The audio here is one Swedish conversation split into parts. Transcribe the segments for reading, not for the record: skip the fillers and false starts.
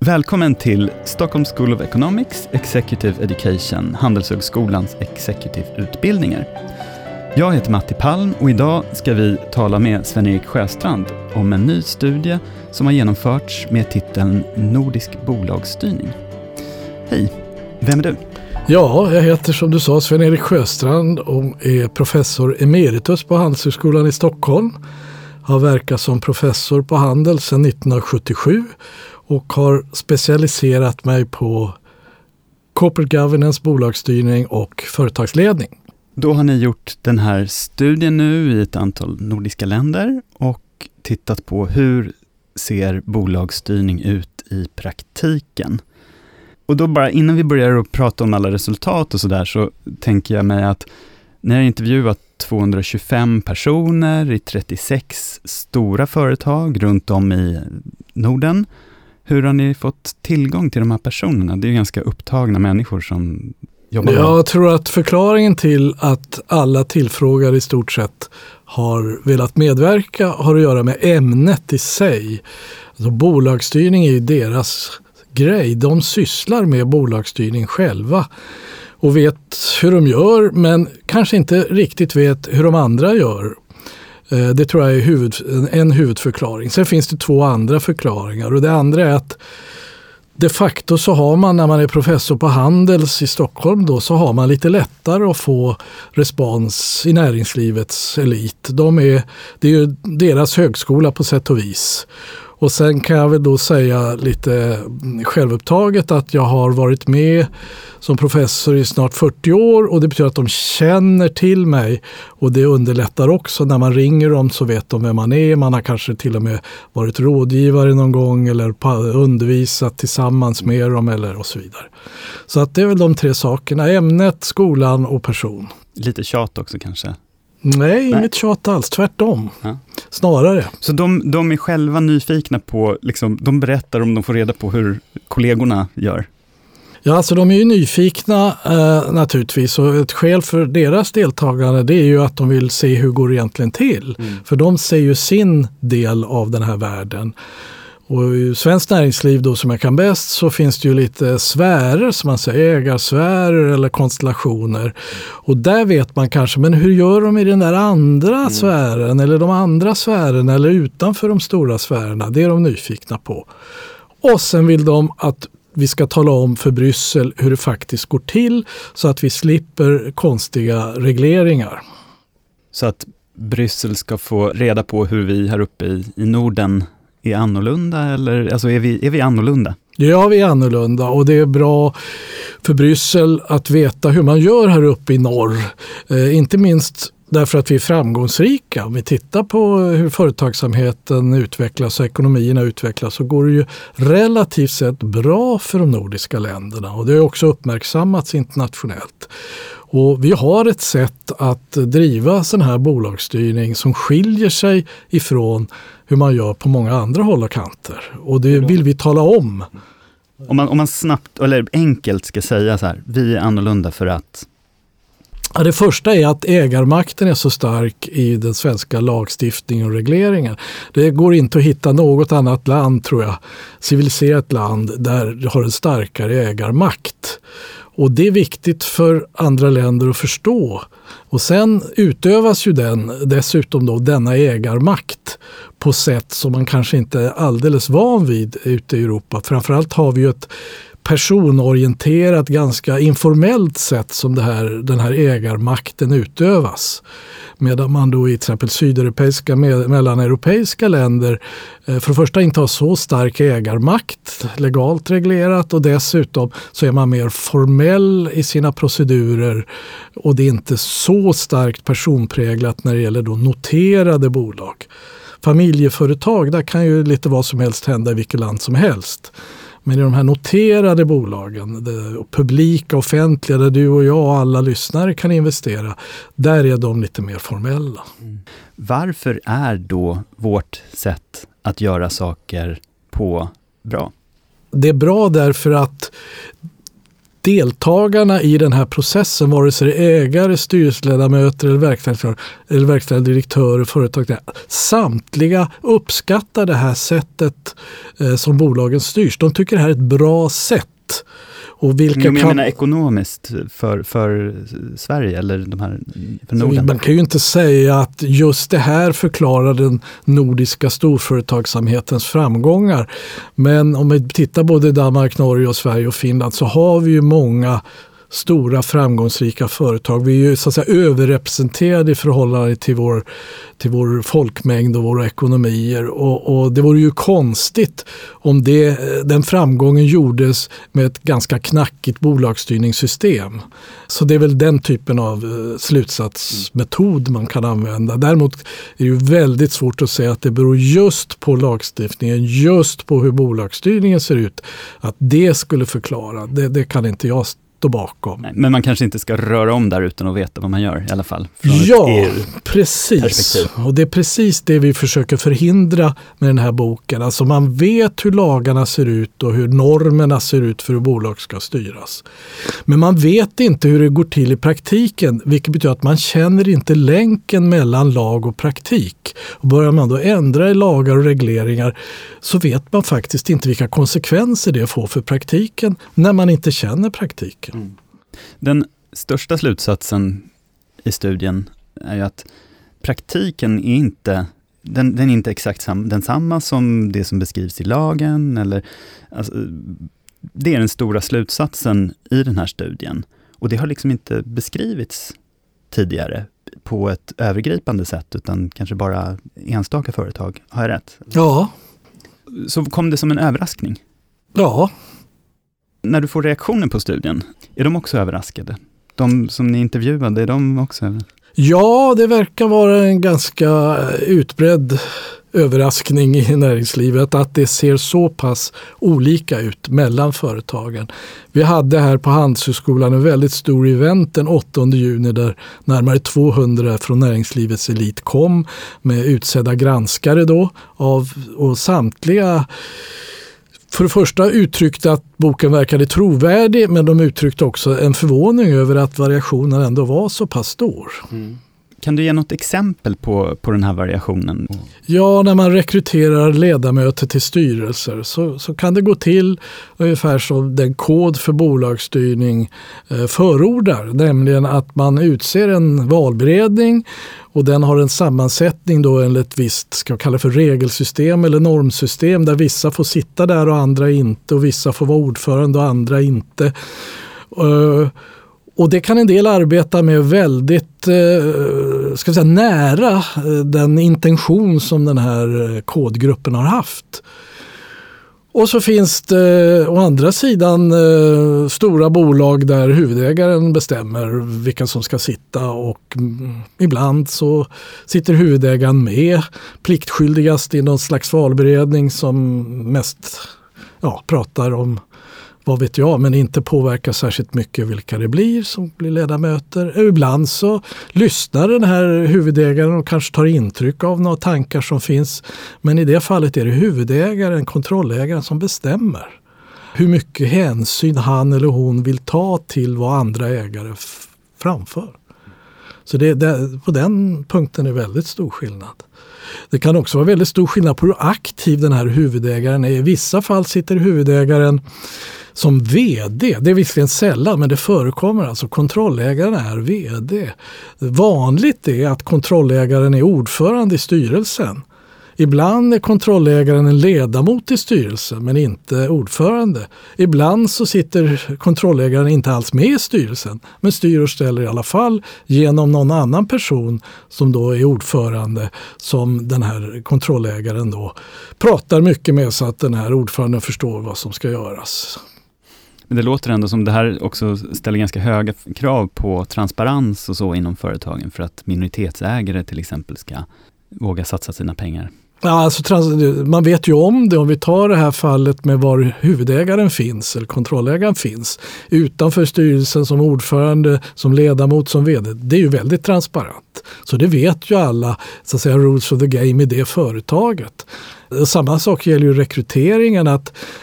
Välkommen till Stockholm School of Economics Executive Education, Handelshögskolans executive-utbildningar. Jag heter Matti Palm och idag ska vi tala med Sven-Erik Sjöstrand om en ny studie som har genomförts med titeln Nordisk bolagsstyrning. Hej, vem är du? Ja, jag heter som du sa Sven-Erik Sjöstrand och är professor emeritus på Handelshögskolan i Stockholm. Har verkat som professor på handel sedan 1977 och har specialiserat mig på corporate governance, bolagsstyrning och företagsledning. Då har ni gjort den här studien nu i ett antal nordiska länder och tittat på hur ser bolagsstyrning ut i praktiken. Och då bara innan vi börjar att prata om alla resultat och sådär så tänker jag mig att ni har intervjuat 225 personer i 36 stora företag runt om i Norden. Hur har ni fått tillgång till de här personerna? Det är ju ganska upptagna människor som jobbar med. Jag tror att förklaringen till att alla tillfrågade i stort sett har velat medverka har att göra med ämnet i sig. Alltså, bolagsstyrning är ju deras grej. De sysslar med bolagsstyrning själva och vet hur de gör men kanske inte riktigt vet hur de andra gör. Det tror jag är en huvudförklaring. Sen finns det två andra förklaringar och det andra är att de facto så har man när man är professor på Handels i Stockholm då så har man lite lättare att få respons i näringslivets elit. Det är ju deras högskola på sätt och vis. Och sen kan jag väl då säga lite självupptaget att jag har varit med som professor i snart 40 år och det betyder att de känner till mig och det underlättar också när man ringer dem så vet de vem man är. Man har kanske till och med varit rådgivare någon gång eller undervisat tillsammans med dem eller och så vidare. Så att det är väl de tre sakerna, ämnet, skolan och person. Lite tjat också kanske? Nej, inget tjat alls, tvärtom. Ja. Snarare. Så de är själva nyfikna på, liksom, de berättar om de får reda på hur kollegorna gör? Ja, alltså de är ju nyfikna naturligtvis och ett skäl för deras deltagande det är ju att de vill se hur går det egentligen till. För de ser ju sin del av den här världen. Och i svenskt näringsliv då som jag kan bäst så finns det ju lite sfärer som man säger, ägarsfärer eller konstellationer. Och där vet man kanske, men hur gör de i den där andra sfären eller de andra sfärerna eller utanför de stora sfärerna? Det är de nyfikna på. Och sen vill de att vi ska tala om för Bryssel hur det faktiskt går till så att vi slipper konstiga regleringar. Så att Bryssel ska få reda på hur vi här uppe i Norden är annorlunda eller alltså är vi annorlunda? Ja, vi är annorlunda och det är bra för Bryssel att veta hur man gör här uppe i norr. Inte minst därför att vi är framgångsrika. Om vi tittar på hur företagsamheten utvecklas och ekonomierna utvecklas så går det ju relativt sett bra för de nordiska länderna och det har också uppmärksammats internationellt. Och vi har ett sätt att driva sån här bolagsstyrning som skiljer sig ifrån hur man gör på många andra håll och kanter. Och det vill vi tala om. Om man snabbt eller enkelt ska säga så här, vi är annorlunda för att... Ja, det första är att ägarmakten är så stark i den svenska lagstiftningen och regleringen. Det går inte att hitta något annat land, tror jag, civiliserat land där har en starkare ägarmakt. Och det är viktigt för andra länder att förstå. Och sen utövas ju dessutom då denna ägarmakt på sätt som man kanske inte är alldeles van vid ute i Europa. Framförallt har vi ju ett personorienterat, ganska informellt sätt som den här ägarmakten utövas. Medan man då i till exempel sydeuropeiska, mellaneuropeiska länder för det första inte har så stark ägarmakt, legalt reglerat och dessutom så är man mer formell i sina procedurer och det är inte så starkt personpräglat när det gäller då noterade bolag. Familjeföretag, där kan ju lite vad som helst hända i vilket land som helst. Men i de här noterade bolagen, publika, offentliga, där du och jag och alla lyssnare kan investera, där är de lite mer formella. Varför är då vårt sätt att göra saker på bra? Det är bra därför att deltagarna i den här processen, vare sig det är ägare, styrelseledamöter eller verkställande direktörer, företag, samtliga uppskattar det här sättet som bolagen styrs. De tycker det här är ett bra sätt. Och vilka jag menar ekonomiskt för Sverige eller de här för Norden? Man kan ju inte säga att just det här förklarar den nordiska storföretagsamhetens framgångar. Men om vi tittar både i Danmark, Norge och Sverige och Finland så har vi ju många stora framgångsrika företag. Vi är ju så att säga överrepresenterade i förhållande till vår folkmängd och våra ekonomier. Och det vore ju konstigt om den framgången gjordes med ett ganska knackigt bolagsstyrningssystem. Så det är väl den typen av slutsatsmetod man kan använda. Däremot är det ju väldigt svårt att säga att det beror just på lagstiftningen, just på hur bolagsstyrningen ser ut. Att det skulle förklara, det kan inte jag bakom. Nej, men man kanske inte ska röra om där utan att veta vad man gör i alla fall. Ja, precis. Och det är precis det vi försöker förhindra med den här boken. Alltså man vet hur lagarna ser ut och hur normerna ser ut för hur bolag ska styras. Men man vet inte hur det går till i praktiken, vilket betyder att man känner inte länken mellan lag och praktik. Och börjar man då ändra i lagar och regleringar så vet man faktiskt inte vilka konsekvenser det får för praktiken när man inte känner praktiken. Mm. Den största slutsatsen i studien är ju att praktiken är inte, den är inte exakt densamma som det som beskrivs i lagen. Alltså, det är den stora slutsatsen i den här studien. Och det har liksom inte beskrivits tidigare på ett övergripande sätt utan kanske bara enstaka företag. Har jag rätt? Ja. Så kom det som en överraskning? Ja. När du får reaktioner på studien, är de också överraskade? De som ni intervjuade, är de också överraskade? Ja, det verkar vara en ganska utbredd överraskning i näringslivet att det ser så pass olika ut mellan företagen. Vi hade här på Handelshögskolan en väldigt stor event den 8 juni där närmare 200 från näringslivets elit kom med utsedda granskare då och samtliga för det första uttryckte att boken verkade trovärdig, men de uttryckte också en förvåning över att variationen ändå var så pass stor. Mm. Kan du ge något exempel på den här variationen? Ja, när man rekryterar ledamöter till styrelser så kan det gå till ungefär som den kod för bolagsstyrning förordar. Nämligen att man utser en valberedning och den har en sammansättning då enligt ett visst, ska jag kalla för regelsystem eller normsystem där vissa får sitta där och andra inte och vissa får vara ordförande och andra inte. Och det kan en del arbeta med väldigt ska jag säga, nära den intention som den här kodgruppen har haft. Och så finns det å andra sidan stora bolag där huvudägaren bestämmer vilka som ska sitta och ibland så sitter huvudägaren med pliktskyldigast i någon slags valberedning som mest pratar om vad vet jag, men inte påverkar särskilt mycket vilka det blir som blir ledamöter. Ibland så lyssnar den här huvudägaren och kanske tar intryck av några tankar som finns. Men i det fallet är det huvudägaren, kontrollägaren som bestämmer hur mycket hänsyn han eller hon vill ta till vad andra ägare framför. Så på den punkten är väldigt stor skillnad. Det kan också vara väldigt stor skillnad på hur aktiv den här huvudägaren är. I vissa fall sitter huvudägaren som vd. Det är visserligen sällan, men det förekommer. Alltså kontrollägaren är vd. Vanligt är att kontrollägaren är ordförande i styrelsen. Ibland är kontrollägaren en ledamot i styrelsen men inte ordförande. Ibland så sitter kontrollägaren inte alls med i styrelsen men styr och ställer i alla fall genom någon annan person som då är ordförande som den här kontrollägaren då pratar mycket med så att den här ordföranden förstår vad som ska göras. Men det låter ändå som det här också ställer ganska höga krav på transparens och så inom företagen för att minoritetsägare till exempel ska våga satsa sina pengar. Ja, alltså, man vet ju om det. Om vi tar det här fallet med var huvudägaren finns eller kontrollägaren finns utanför styrelsen som ordförande, som ledamot, som vd. Det är ju väldigt transparent. Så det vet ju alla så att säga rules of the game i det företaget. Samma sak gäller ju rekryteringen att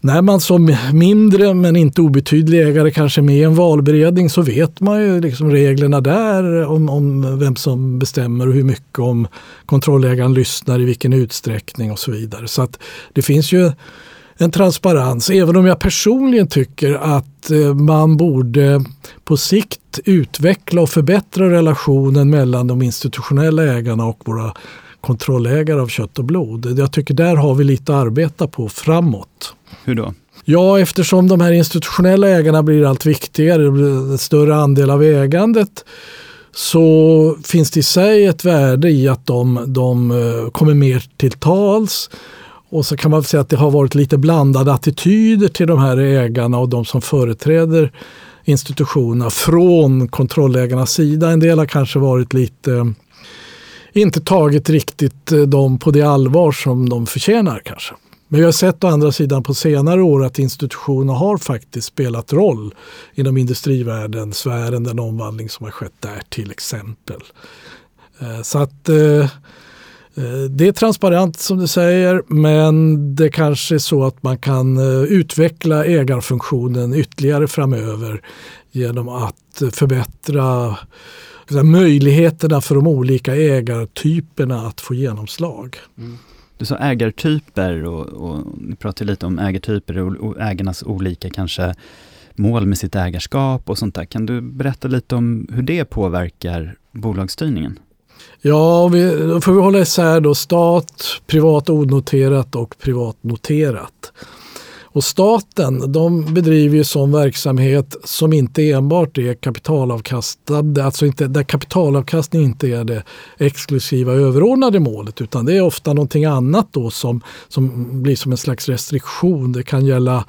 när man som mindre men inte obetydlig ägare kanske är med i en valberedning, så vet man ju liksom reglerna där om vem som bestämmer och hur mycket, om kontrollägaren lyssnar, i vilken utsträckning och så vidare. Så att det finns ju en transparens, även om jag personligen tycker att man borde på sikt utveckla och förbättra relationen mellan de institutionella ägarna och våra kontrollägare av kött och blod. Jag tycker där har vi lite att arbeta på framåt. Hur då? Ja, eftersom de här institutionella ägarna blir allt viktigare, det blir en större andel av ägandet, så finns det i sig ett värde i att de kommer mer till tals. Och så kan man säga att det har varit lite blandade attityder till de här ägarna och de som företräder institutionerna från kontrollägarnas sida. En del har kanske varit lite, inte tagit riktigt dem på det allvar som de förtjänar kanske. Men jag har sett å andra sidan på senare år att institutioner har faktiskt spelat roll inom industrivärlden, sfären, den omvandling som har skett där till exempel. Så att det är transparent som du säger, men det kanske är så att man kan utveckla ägarfunktionen ytterligare framöver genom att förbättra möjligheterna för de olika ägartyperna att få genomslag. Mm. Du sa ägartyper och ni pratade lite om ägartyper och ägarnas olika kanske mål med sitt ägarskap och sånt där. Kan du berätta lite om hur det påverkar bolagsstyrningen? Ja, då får vi hålla isär då stat, privat onoterat och privat noterat. Och staten, de bedriver ju sån verksamhet som inte enbart är kapitalavkastande, alltså inte, där kapitalavkastning inte är det exklusiva överordnade målet, utan det är ofta någonting annat då som blir som en slags restriktion. Det kan gälla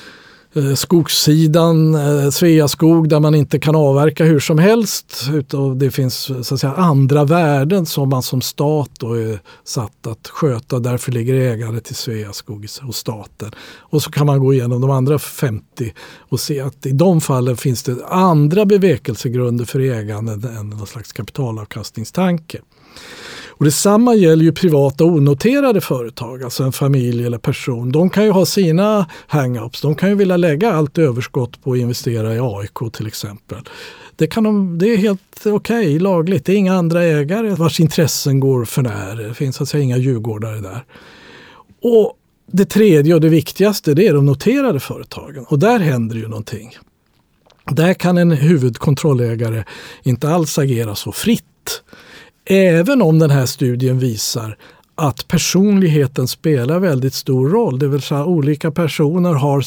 skogssidan, Sveaskog, där man inte kan avverka hur som helst, utan det finns så att säga andra värden som man som stat då är satt att sköta. Därför ligger ägandet till Sveaskog hos staten. Och så kan man gå igenom de andra 50 och se att i de fallen finns det andra bevekelsegrunder för ägandet än någon slags kapitalavkastningstanke. Och detsamma gäller ju privata onoterade företag, alltså en familj eller person. De kan ju ha sina hang-ups. De kan ju vilja lägga allt överskott på att investera i AIK till exempel. Det är helt okej, lagligt. Det är inga andra ägare vars intressen går för när. Det finns alltså inga djurgårdare där. Och det tredje och det viktigaste, det är de noterade företagen. Och där händer ju någonting. Där kan en huvudkontrollägare inte alls agera så fritt. Även om den här studien visar att personligheten spelar väldigt stor roll. Det vill säga olika personer har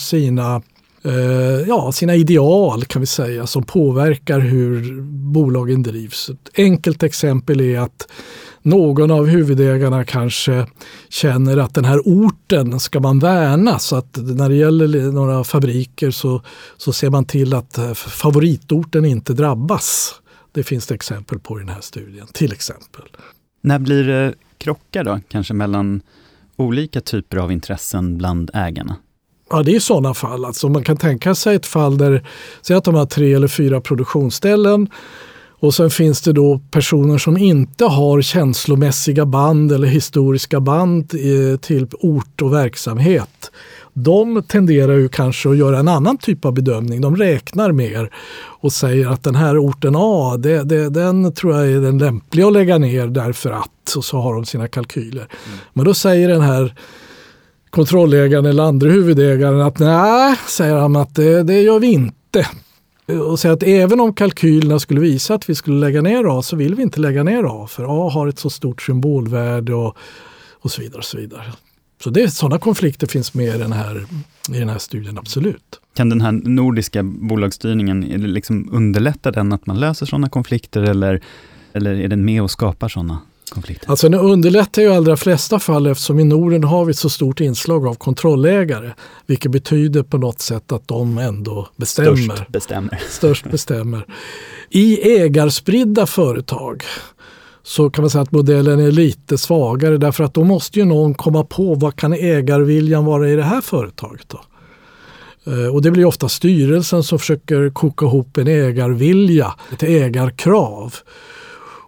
sina ideal kan vi säga som påverkar hur bolagen drivs. Ett enkelt exempel är att någon av huvudägarna kanske känner att den här orten ska man värna, så att när det gäller några fabriker så ser man till att favoritorten inte drabbas. Det finns det exempel på i den här studien, till exempel. När blir det krockar då, kanske mellan olika typer av intressen bland ägarna? Ja, det är sådana fall. Alltså man kan tänka sig ett fall där, säg att de har 3 eller 4 produktionsställen och sen finns det då personer som inte har känslomässiga band eller historiska band till ort och verksamhet. De tenderar ju kanske att göra en annan typ av bedömning. De räknar mer och säger att den här orten A, den tror jag är den lämpliga att lägga ner därför att, och så har de sina kalkyler. Men då säger den här kontrollägaren eller andra huvudägaren att nej, säger han, att det gör vi inte. Och säger att även om kalkylerna skulle visa att vi skulle lägga ner A, så vill vi inte lägga ner A, för A har ett så stort symbolvärde och så vidare och så vidare. Så sådana konflikter finns med i den här studien, absolut. Kan den här nordiska bolagsstyrningen liksom underlätta den att man löser sådana konflikter eller är den med och skapar sådana konflikter? Alltså den underlättar ju i allra flesta fall, eftersom i Norden har vi ett så stort inslag av kontrollägare, vilket betyder på något sätt att de ändå bestämmer. Störst bestämmer. I ägarspridda företag så kan man säga att modellen är lite svagare, därför att då måste ju någon komma på vad kan ägarviljan vara i det här företaget då. Och det blir ofta styrelsen som försöker koka ihop en ägarvilja, ett ägarkrav.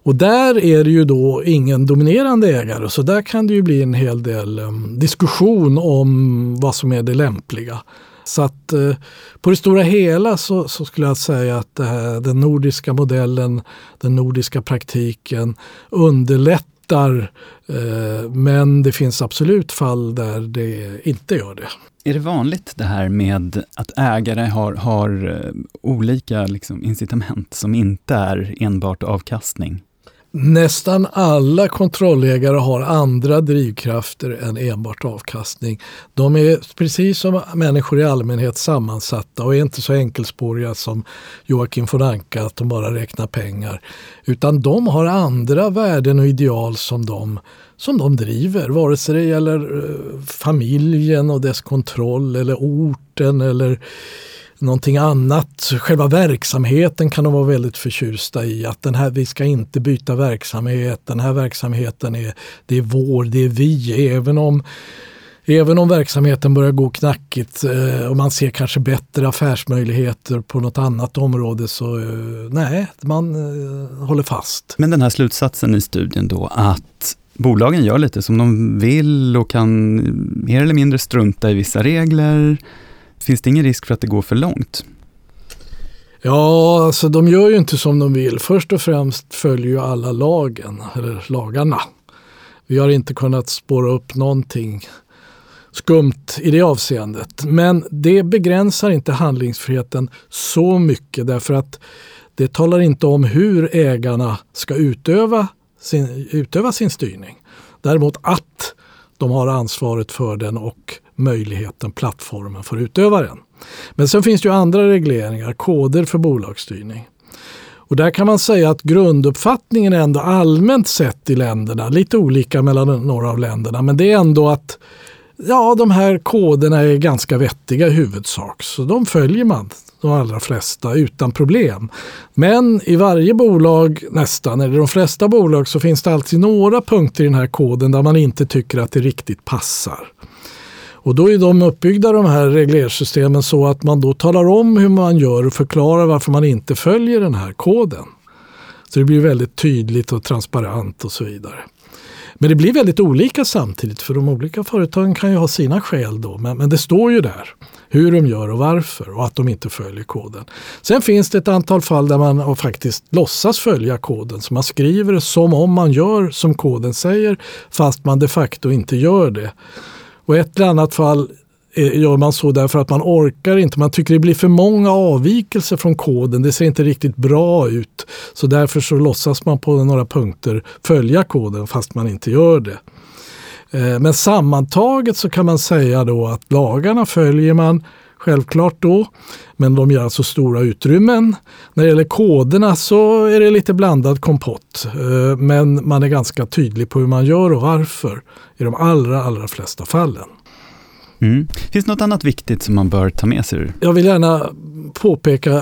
Och där är det ju då ingen dominerande ägare, så där kan det ju bli en hel del diskussion om vad som är det lämpliga. Så att på det stora hela så skulle jag säga att den nordiska modellen, den nordiska praktiken underlättar, men det finns absolut fall där det inte gör det. Är det vanligt det här med att ägare har olika liksom incitament som inte är enbart avkastning? Nästan alla kontrollägare har andra drivkrafter än enbart avkastning. De är precis som människor i allmänhet sammansatta och är inte så enkelspåriga som Joakim von Anka att de bara räknar pengar. Utan de har andra värden och ideal som de driver. Vare sig det gäller familjen och dess kontroll eller orten eller någonting annat. Själva verksamheten kan de vara väldigt förtjusta i. Att vi ska inte byta verksamhet. Den här verksamheten det är vi. Även om verksamheten börjar gå knackigt och man ser kanske bättre affärsmöjligheter på något annat område så man håller fast. Men den här slutsatsen i studien då att bolagen gör lite som de vill och kan mer eller mindre strunta i vissa regler. Finns det ingen risk för att det går för långt? Ja, alltså de gör ju inte som de vill. Först och främst följer ju alla lagarna. Vi har inte kunnat spåra upp någonting skumt i det avseendet. Men det begränsar inte handlingsfriheten så mycket därför att det talar inte om hur ägarna ska utöva sin styrning. Däremot att de har ansvaret för den och möjligheten, plattformen för utövaren. Men sen finns det ju andra regleringar, koder för bolagsstyrning. Och där kan man säga att grunduppfattningen är ändå allmänt sett i länderna, lite olika mellan några av länderna, men det är ändå att de här koderna är ganska vettiga i huvudsak, så de följer man de allra flesta utan problem. Men i varje bolag nästan, eller de flesta bolag, så finns det alltid några punkter i den här koden där man inte tycker att det riktigt passar. Och då är de uppbyggda, de här reglersystemen, så att man då talar om hur man gör och förklarar varför man inte följer den här koden. Så det blir väldigt tydligt och transparent och så vidare. Men det blir väldigt olika samtidigt, för de olika företagen kan ju ha sina skäl då. Men det står ju där hur de gör och varför och att de inte följer koden. Sen finns det ett antal fall där man faktiskt låtsas följa koden. Så man skriver det som om man gör som koden säger fast man de facto inte gör det. Och ett eller annat fall gör man så därför att man orkar inte. Man tycker det blir för många avvikelser från koden. Det ser inte riktigt bra ut. Så därför så låtsas man på några punkter följa koden fast man inte gör det. Men sammantaget så kan man säga då att lagarna följer man självklart då. Men de gör alltså stora utrymmen. När det gäller koderna så är det lite blandad kompott. Men man är ganska tydlig på hur man gör och varför i de allra flesta fallen. Mm. Finns det något annat viktigt som man bör ta med sig? Jag vill gärna påpeka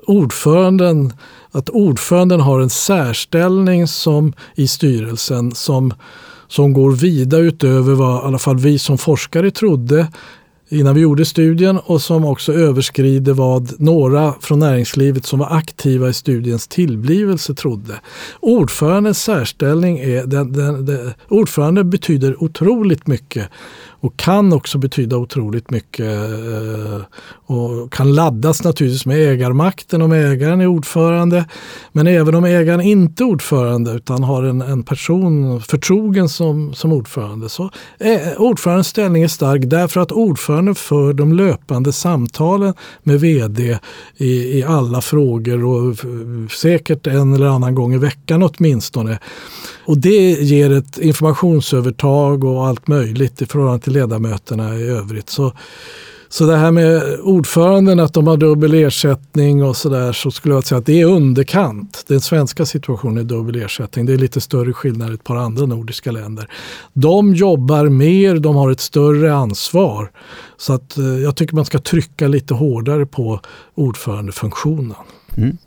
att ordföranden har en särställning i styrelsen som går vida utöver vad i alla fall vi som forskare trodde innan vi gjorde studien och som också överskrider vad några från näringslivet som var aktiva i studiens tillblivelse trodde. Ordförandens särställning ordförande betyder otroligt mycket och kan också betyda otroligt mycket och kan laddas naturligtvis med ägarmakten om ägaren är ordförande, men även om ägaren inte är ordförande utan har en person förtrogen som ordförande, så ordförandens ställning är stark därför att ordföranden för de löpande samtalen med vd i alla frågor och säkert en eller annan gång i veckan åtminstone. Och det ger ett informationsövertag och allt möjligt i förhållande till ledamöterna i övrigt. Så det här med ordföranden, att de har dubbel ersättning och sådär, så skulle jag säga att det är underkant. Den svenska situationen är dubbel ersättning. Det är lite större skillnad i ett par andra nordiska länder. De jobbar mer, de har ett större ansvar. Så att jag tycker man ska trycka lite hårdare på ordförandefunktionen. Mm.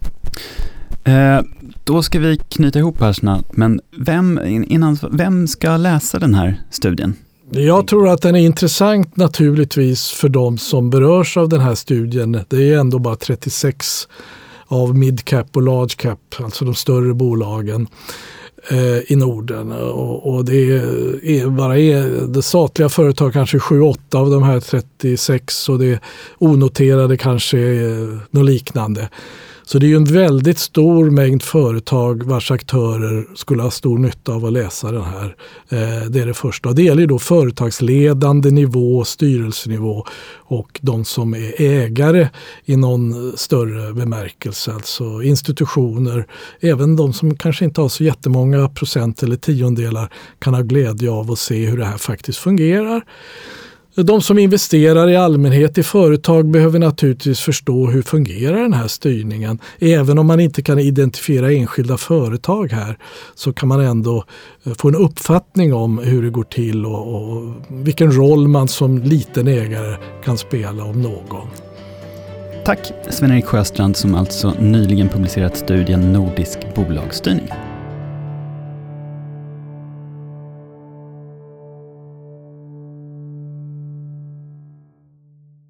Då ska vi knyta ihop här snabbt, men vem ska läsa den här studien? Jag tror att den är intressant naturligtvis för de som berörs av den här studien. Det är ändå bara 36 av mid-cap och large-cap, alltså de större bolagen i Norden. Och det är det statliga företag kanske 7-8 av de här 36 och det onoterade kanske något liknande. Så det är ju en väldigt stor mängd företag vars aktörer skulle ha stor nytta av att läsa den här. Det är det första. Och det gäller ju då företagsledande nivå, styrelsenivå och de som är ägare i någon större bemärkelse. Alltså institutioner, även de som kanske inte har så jättemånga procent eller tiondelar kan ha glädje av att se hur det här faktiskt fungerar. De som investerar i allmänhet i företag behöver naturligtvis förstå hur fungerar den här styrningen. Även om man inte kan identifiera enskilda företag här så kan man ändå få en uppfattning om hur det går till och vilken roll man som liten ägare kan spela om någon. Tack Sven-Erik Sjöstrand som alltså nyligen publicerat studien Nordisk bolagsstyrning.